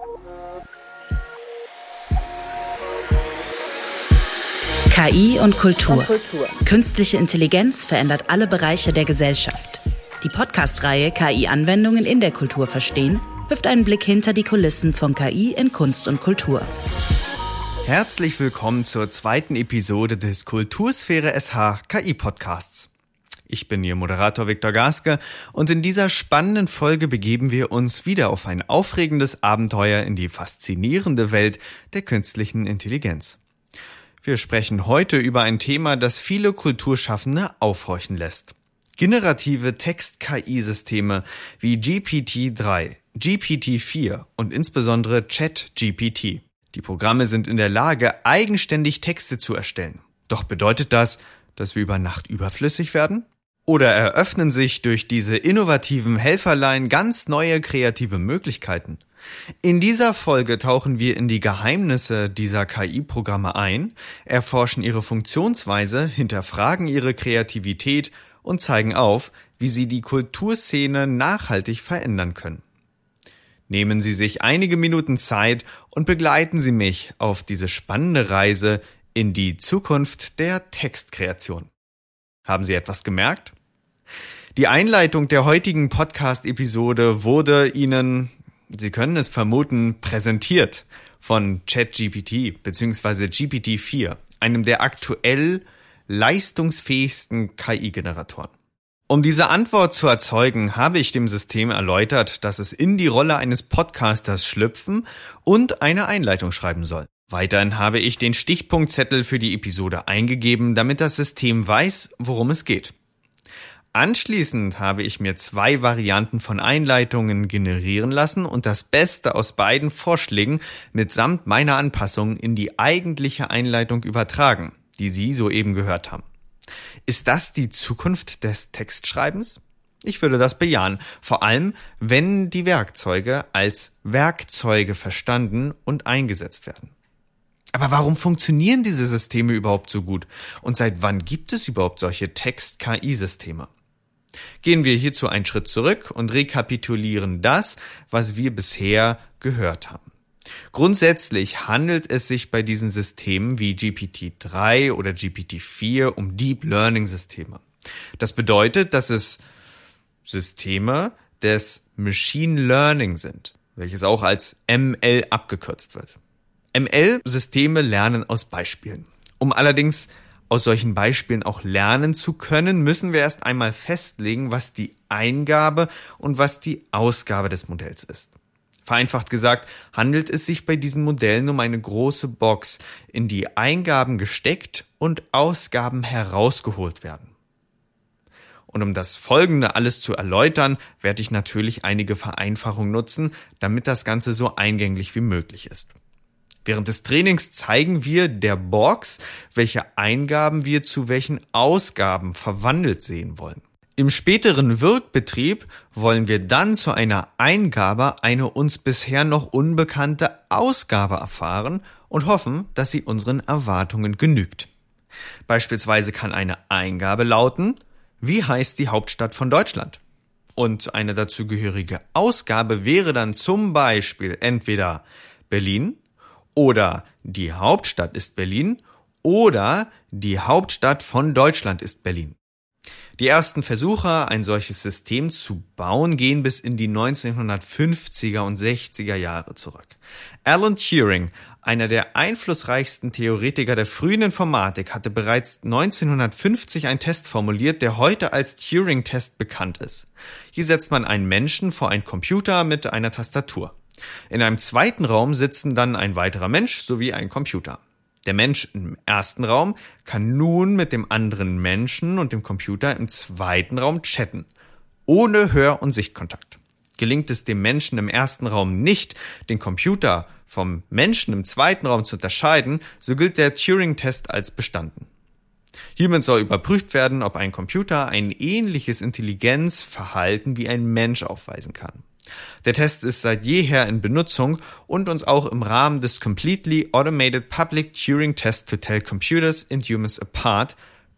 KI und Kultur. Künstliche Intelligenz verändert alle Bereiche der Gesellschaft. Die Podcast-Reihe KI-Anwendungen in der Kultur verstehen wirft einen Blick hinter die Kulissen von KI in Kunst und Kultur. Herzlich willkommen zur zweiten Episode des Kultursphäre SH KI-Podcasts. Ich bin Ihr Moderator Viktor Gaske und in dieser spannenden Folge begeben wir uns wieder auf ein aufregendes Abenteuer in die faszinierende Welt der künstlichen Intelligenz. Wir sprechen heute über ein Thema, das viele Kulturschaffende aufhorchen lässt. Generative Text-KI-Systeme wie GPT-3, GPT-4 und insbesondere ChatGPT. Die Programme sind in der Lage, eigenständig Texte zu erstellen. Doch bedeutet das, dass wir über Nacht überflüssig werden? Oder eröffnen sich durch diese innovativen Helferlein ganz neue kreative Möglichkeiten? In dieser Folge tauchen wir in die Geheimnisse dieser KI-Programme ein, erforschen ihre Funktionsweise, hinterfragen ihre Kreativität und zeigen auf, wie sie die Kulturszene nachhaltig verändern können. Nehmen Sie sich einige Minuten Zeit und begleiten Sie mich auf diese spannende Reise in die Zukunft der Textkreation. Haben Sie etwas gemerkt? Die Einleitung der heutigen Podcast-Episode wurde Ihnen, Sie können es vermuten, präsentiert von ChatGPT bzw. GPT-4, einem der aktuell leistungsfähigsten KI-Generatoren. Um diese Antwort zu erzeugen, habe ich dem System erläutert, dass es in die Rolle eines Podcasters schlüpfen und eine Einleitung schreiben soll. Weiterhin habe ich den Stichpunktzettel für die Episode eingegeben, damit das System weiß, worum es geht. Anschließend habe ich mir 2 Varianten von Einleitungen generieren lassen und das Beste aus beiden Vorschlägen mitsamt meiner Anpassungen in die eigentliche Einleitung übertragen, die Sie soeben gehört haben. Ist das die Zukunft des Textschreibens? Ich würde das bejahen, vor allem wenn die Werkzeuge als Werkzeuge verstanden und eingesetzt werden. Aber warum funktionieren diese Systeme überhaupt so gut? Und seit wann gibt es überhaupt solche Text-KI-Systeme? Gehen wir hierzu einen Schritt zurück und rekapitulieren das, was wir bisher gehört haben. Grundsätzlich handelt es sich bei diesen Systemen wie GPT-3 oder GPT-4 um Deep Learning Systeme. Das bedeutet, dass es Systeme des Machine Learning sind, welches auch als ML abgekürzt wird. ML-Systeme lernen aus Beispielen. Um allerdings aus solchen Beispielen auch lernen zu können, müssen wir erst einmal festlegen, was die Eingabe und was die Ausgabe des Modells ist. Vereinfacht gesagt, handelt es sich bei diesen Modellen um eine große Box, in die Eingaben gesteckt und Ausgaben herausgeholt werden. Und um das Folgende alles zu erläutern, werde ich natürlich einige Vereinfachungen nutzen, damit das Ganze so eingänglich wie möglich ist. Während des Trainings zeigen wir der Box, welche Eingaben wir zu welchen Ausgaben verwandelt sehen wollen. Im späteren Wirkbetrieb wollen wir dann zu einer Eingabe eine uns bisher noch unbekannte Ausgabe erfahren und hoffen, dass sie unseren Erwartungen genügt. Beispielsweise kann eine Eingabe lauten: Wie heißt die Hauptstadt von Deutschland? Und eine dazugehörige Ausgabe wäre dann zum Beispiel entweder Berlin oder die Hauptstadt ist Berlin oder die Hauptstadt von Deutschland ist Berlin. Die ersten Versuche, ein solches System zu bauen, gehen bis in die 1950er und 60er Jahre zurück. Alan Turing, einer der einflussreichsten Theoretiker der frühen Informatik, hatte bereits 1950 einen Test formuliert, der heute als Turing-Test bekannt ist. Hier setzt man einen Menschen vor einen Computer mit einer Tastatur. In einem zweiten Raum sitzen dann ein weiterer Mensch sowie ein Computer. Der Mensch im ersten Raum kann nun mit dem anderen Menschen und dem Computer im zweiten Raum chatten, ohne Hör- und Sichtkontakt. Gelingt es dem Menschen im ersten Raum nicht, den Computer vom Menschen im zweiten Raum zu unterscheiden, so gilt der Turing-Test als bestanden. Hiermit soll überprüft werden, ob ein Computer ein ähnliches Intelligenzverhalten wie ein Mensch aufweisen kann. Der Test ist seit jeher in Benutzung und uns auch im Rahmen des Completely Automated Public Turing Test to Tell Computers and Humans Apart,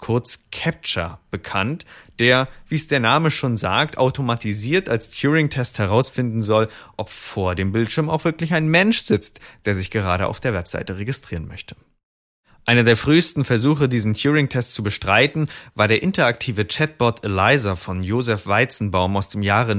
kurz CAPTCHA, bekannt, der, wie es der Name schon sagt, automatisiert als Turing-Test herausfinden soll, ob vor dem Bildschirm auch wirklich ein Mensch sitzt, der sich gerade auf der Webseite registrieren möchte. Einer der frühesten Versuche, diesen Turing-Test zu bestreiten, war der interaktive Chatbot Eliza von Josef Weizenbaum aus dem Jahre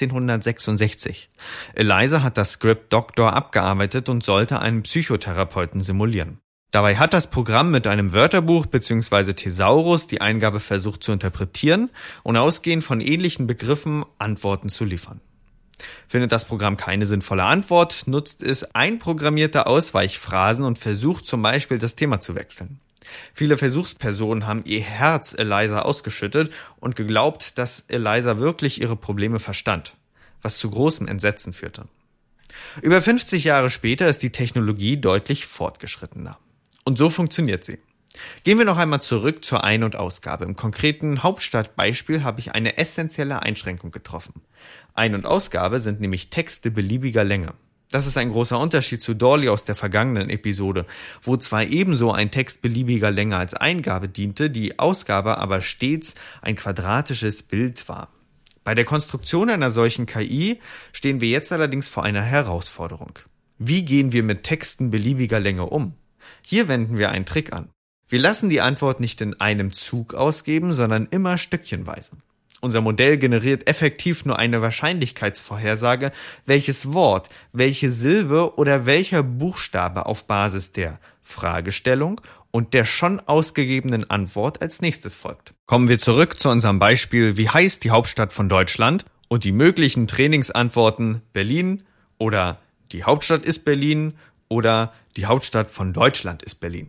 1966. Eliza hat das Skript Doktor abgearbeitet und sollte einen Psychotherapeuten simulieren. Dabei hat das Programm mit einem Wörterbuch bzw. Thesaurus die Eingabe versucht zu interpretieren und ausgehend von ähnlichen Begriffen Antworten zu liefern. Findet das Programm keine sinnvolle Antwort, nutzt es einprogrammierte Ausweichphrasen und versucht zum Beispiel das Thema zu wechseln. Viele Versuchspersonen haben ihr Herz Eliza ausgeschüttet und geglaubt, dass Eliza wirklich ihre Probleme verstand, was zu großem Entsetzen führte. Über 50 Jahre später ist die Technologie deutlich fortgeschrittener. Und so funktioniert sie. Gehen wir noch einmal zurück zur Ein- und Ausgabe. Im konkreten Hauptstadtbeispiel habe ich eine essentielle Einschränkung getroffen. Ein- und Ausgabe sind nämlich Texte beliebiger Länge. Das ist ein großer Unterschied zu Dolly aus der vergangenen Episode, wo zwar ebenso ein Text beliebiger Länge als Eingabe diente, die Ausgabe aber stets ein quadratisches Bild war. Bei der Konstruktion einer solchen KI stehen wir jetzt allerdings vor einer Herausforderung. Wie gehen wir mit Texten beliebiger Länge um? Hier wenden wir einen Trick an. Wir lassen die Antwort nicht in einem Zug ausgeben, sondern immer stückchenweise. Unser Modell generiert effektiv nur eine Wahrscheinlichkeitsvorhersage, welches Wort, welche Silbe oder welcher Buchstabe auf Basis der Fragestellung und der schon ausgegebenen Antwort als nächstes folgt. Kommen wir zurück zu unserem Beispiel, wie heißt die Hauptstadt von Deutschland? Und die möglichen Trainingsantworten Berlin oder die Hauptstadt ist Berlin oder die Hauptstadt von Deutschland ist Berlin.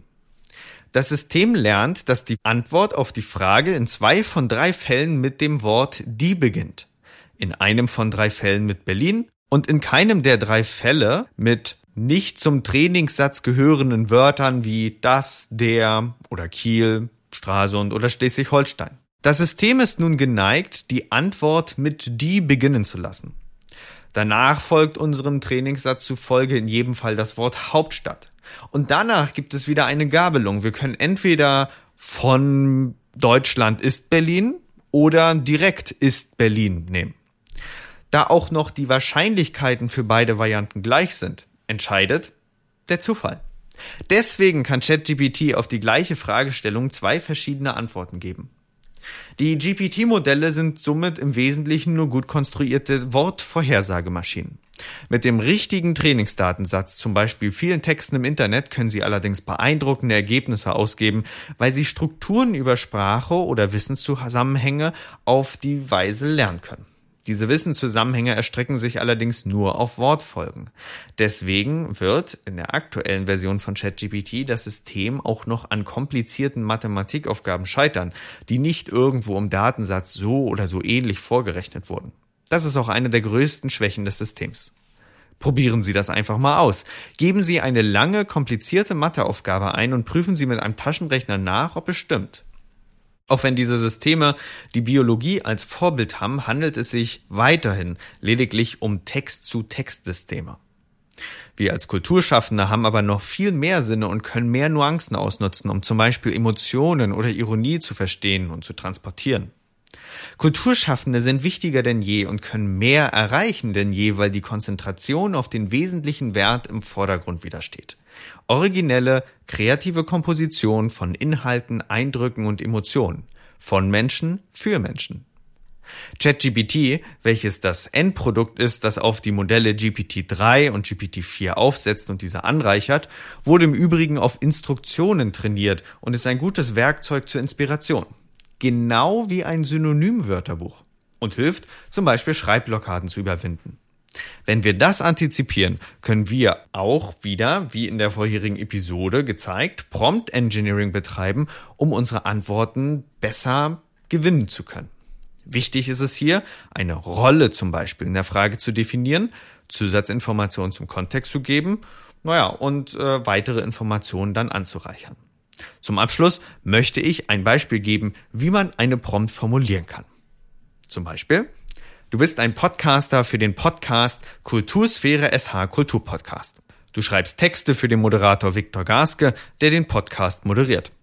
Das System lernt, dass die Antwort auf die Frage in 2 von 3 Fällen mit dem Wort die beginnt, in einem von 3 Fällen mit Berlin und in keinem der 3 Fälle mit nicht zum Trainingssatz gehörenden Wörtern wie das, der oder Kiel, Stralsund oder Schleswig-Holstein. Das System ist nun geneigt, die Antwort mit die beginnen zu lassen. Danach folgt unserem Trainingssatz zufolge in jedem Fall das Wort Hauptstadt. Und danach gibt es wieder eine Gabelung. Wir können entweder von Deutschland ist Berlin oder direkt ist Berlin nehmen. Da auch noch die Wahrscheinlichkeiten für beide Varianten gleich sind, entscheidet der Zufall. Deswegen kann ChatGPT auf die gleiche Fragestellung 2 verschiedene Antworten geben. Die GPT-Modelle sind somit im Wesentlichen nur gut konstruierte Wortvorhersagemaschinen. Mit dem richtigen Trainingsdatensatz, zum Beispiel vielen Texten im Internet, können sie allerdings beeindruckende Ergebnisse ausgeben, weil sie Strukturen über Sprache oder Wissenszusammenhänge auf die Weise lernen können. Diese Wissenszusammenhänge erstrecken sich allerdings nur auf Wortfolgen. Deswegen wird in der aktuellen Version von ChatGPT das System auch noch an komplizierten Mathematikaufgaben scheitern, die nicht irgendwo im Datensatz so oder so ähnlich vorgerechnet wurden. Das ist auch eine der größten Schwächen des Systems. Probieren Sie das einfach mal aus. Geben Sie eine lange, komplizierte Matheaufgabe ein und prüfen Sie mit einem Taschenrechner nach, ob es stimmt. Auch wenn diese Systeme die Biologie als Vorbild haben, handelt es sich weiterhin lediglich um Text-zu-Text-Systeme. Wir als Kulturschaffende haben aber noch viel mehr Sinne und können mehr Nuancen ausnutzen, um zum Beispiel Emotionen oder Ironie zu verstehen und zu transportieren. Kulturschaffende sind wichtiger denn je und können mehr erreichen denn je, weil die Konzentration auf den wesentlichen Wert im Vordergrund wieder steht. Originelle, kreative Komposition von Inhalten, Eindrücken und Emotionen. Von Menschen für Menschen. ChatGPT, welches das Endprodukt ist, das auf die Modelle GPT-3 und GPT-4 aufsetzt und diese anreichert, wurde im Übrigen auf Instruktionen trainiert und ist ein gutes Werkzeug zur Inspiration. Genau wie ein Synonymwörterbuch und hilft, zum Beispiel Schreibblockaden zu überwinden. Wenn wir das antizipieren, können wir auch wieder, wie in der vorherigen Episode gezeigt, Prompt Engineering betreiben, um unsere Antworten besser gewinnen zu können. Wichtig ist es hier, eine Rolle zum Beispiel in der Frage zu definieren, Zusatzinformationen zum Kontext zu geben, und weitere Informationen dann anzureichern. Zum Abschluss möchte ich ein Beispiel geben, wie man eine Prompt formulieren kann. Zum Beispiel: Du bist ein Podcaster für den Podcast Kultursphäre SH Kulturpodcast. Du schreibst Texte für den Moderator Viktor Gaske, der den Podcast moderiert.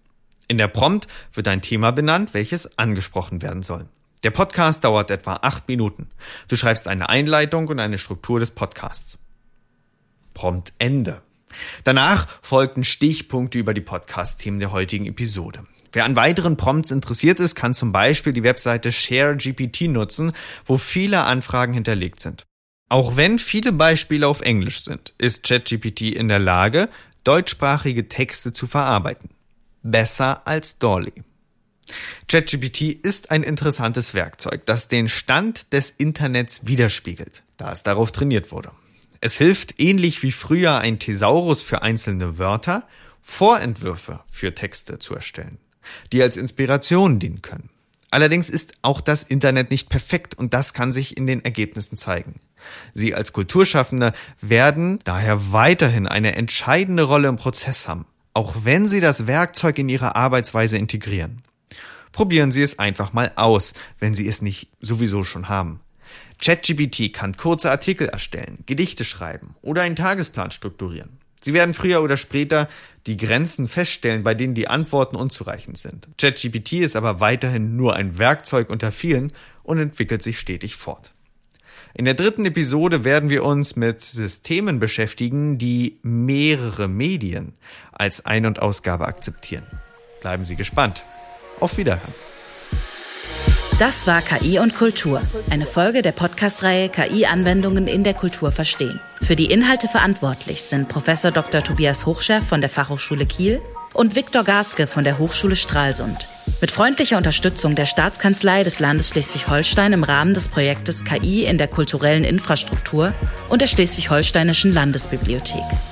In der Prompt wird ein Thema benannt, welches angesprochen werden soll. Der Podcast dauert etwa 8 Minuten. Du schreibst eine Einleitung und eine Struktur des Podcasts. Prompt Ende. Danach folgten Stichpunkte über die Podcast-Themen der heutigen Episode. Wer an weiteren Prompts interessiert ist, kann zum Beispiel die Webseite ShareGPT nutzen, wo viele Anfragen hinterlegt sind. Auch wenn viele Beispiele auf Englisch sind, ist ChatGPT in der Lage, deutschsprachige Texte zu verarbeiten. Besser als DALL-E. ChatGPT ist ein interessantes Werkzeug, das den Stand des Internets widerspiegelt, da es darauf trainiert wurde. Es hilft, ähnlich wie früher ein Thesaurus für einzelne Wörter, Vorentwürfe für Texte zu erstellen, die als Inspiration dienen können. Allerdings ist auch das Internet nicht perfekt und das kann sich in den Ergebnissen zeigen. Sie als Kulturschaffende werden daher weiterhin eine entscheidende Rolle im Prozess haben, auch wenn Sie das Werkzeug in Ihre Arbeitsweise integrieren. Probieren Sie es einfach mal aus, wenn Sie es nicht sowieso schon haben. ChatGPT kann kurze Artikel erstellen, Gedichte schreiben oder einen Tagesplan strukturieren. Sie werden früher oder später die Grenzen feststellen, bei denen die Antworten unzureichend sind. ChatGPT ist aber weiterhin nur ein Werkzeug unter vielen und entwickelt sich stetig fort. In der 3. Episode werden wir uns mit Systemen beschäftigen, die mehrere Medien als Ein- und Ausgabe akzeptieren. Bleiben Sie gespannt. Auf Wiederhören. Das war KI und Kultur, eine Folge der Podcast-Reihe KI-Anwendungen in der Kultur verstehen. Für die Inhalte verantwortlich sind Prof. Dr. Tobias Hochscher von der Fachhochschule Kiel und Viktor Gaske von der Hochschule Stralsund. Mit freundlicher Unterstützung der Staatskanzlei des Landes Schleswig-Holstein im Rahmen des Projektes KI in der kulturellen Infrastruktur und der Schleswig-Holsteinischen Landesbibliothek.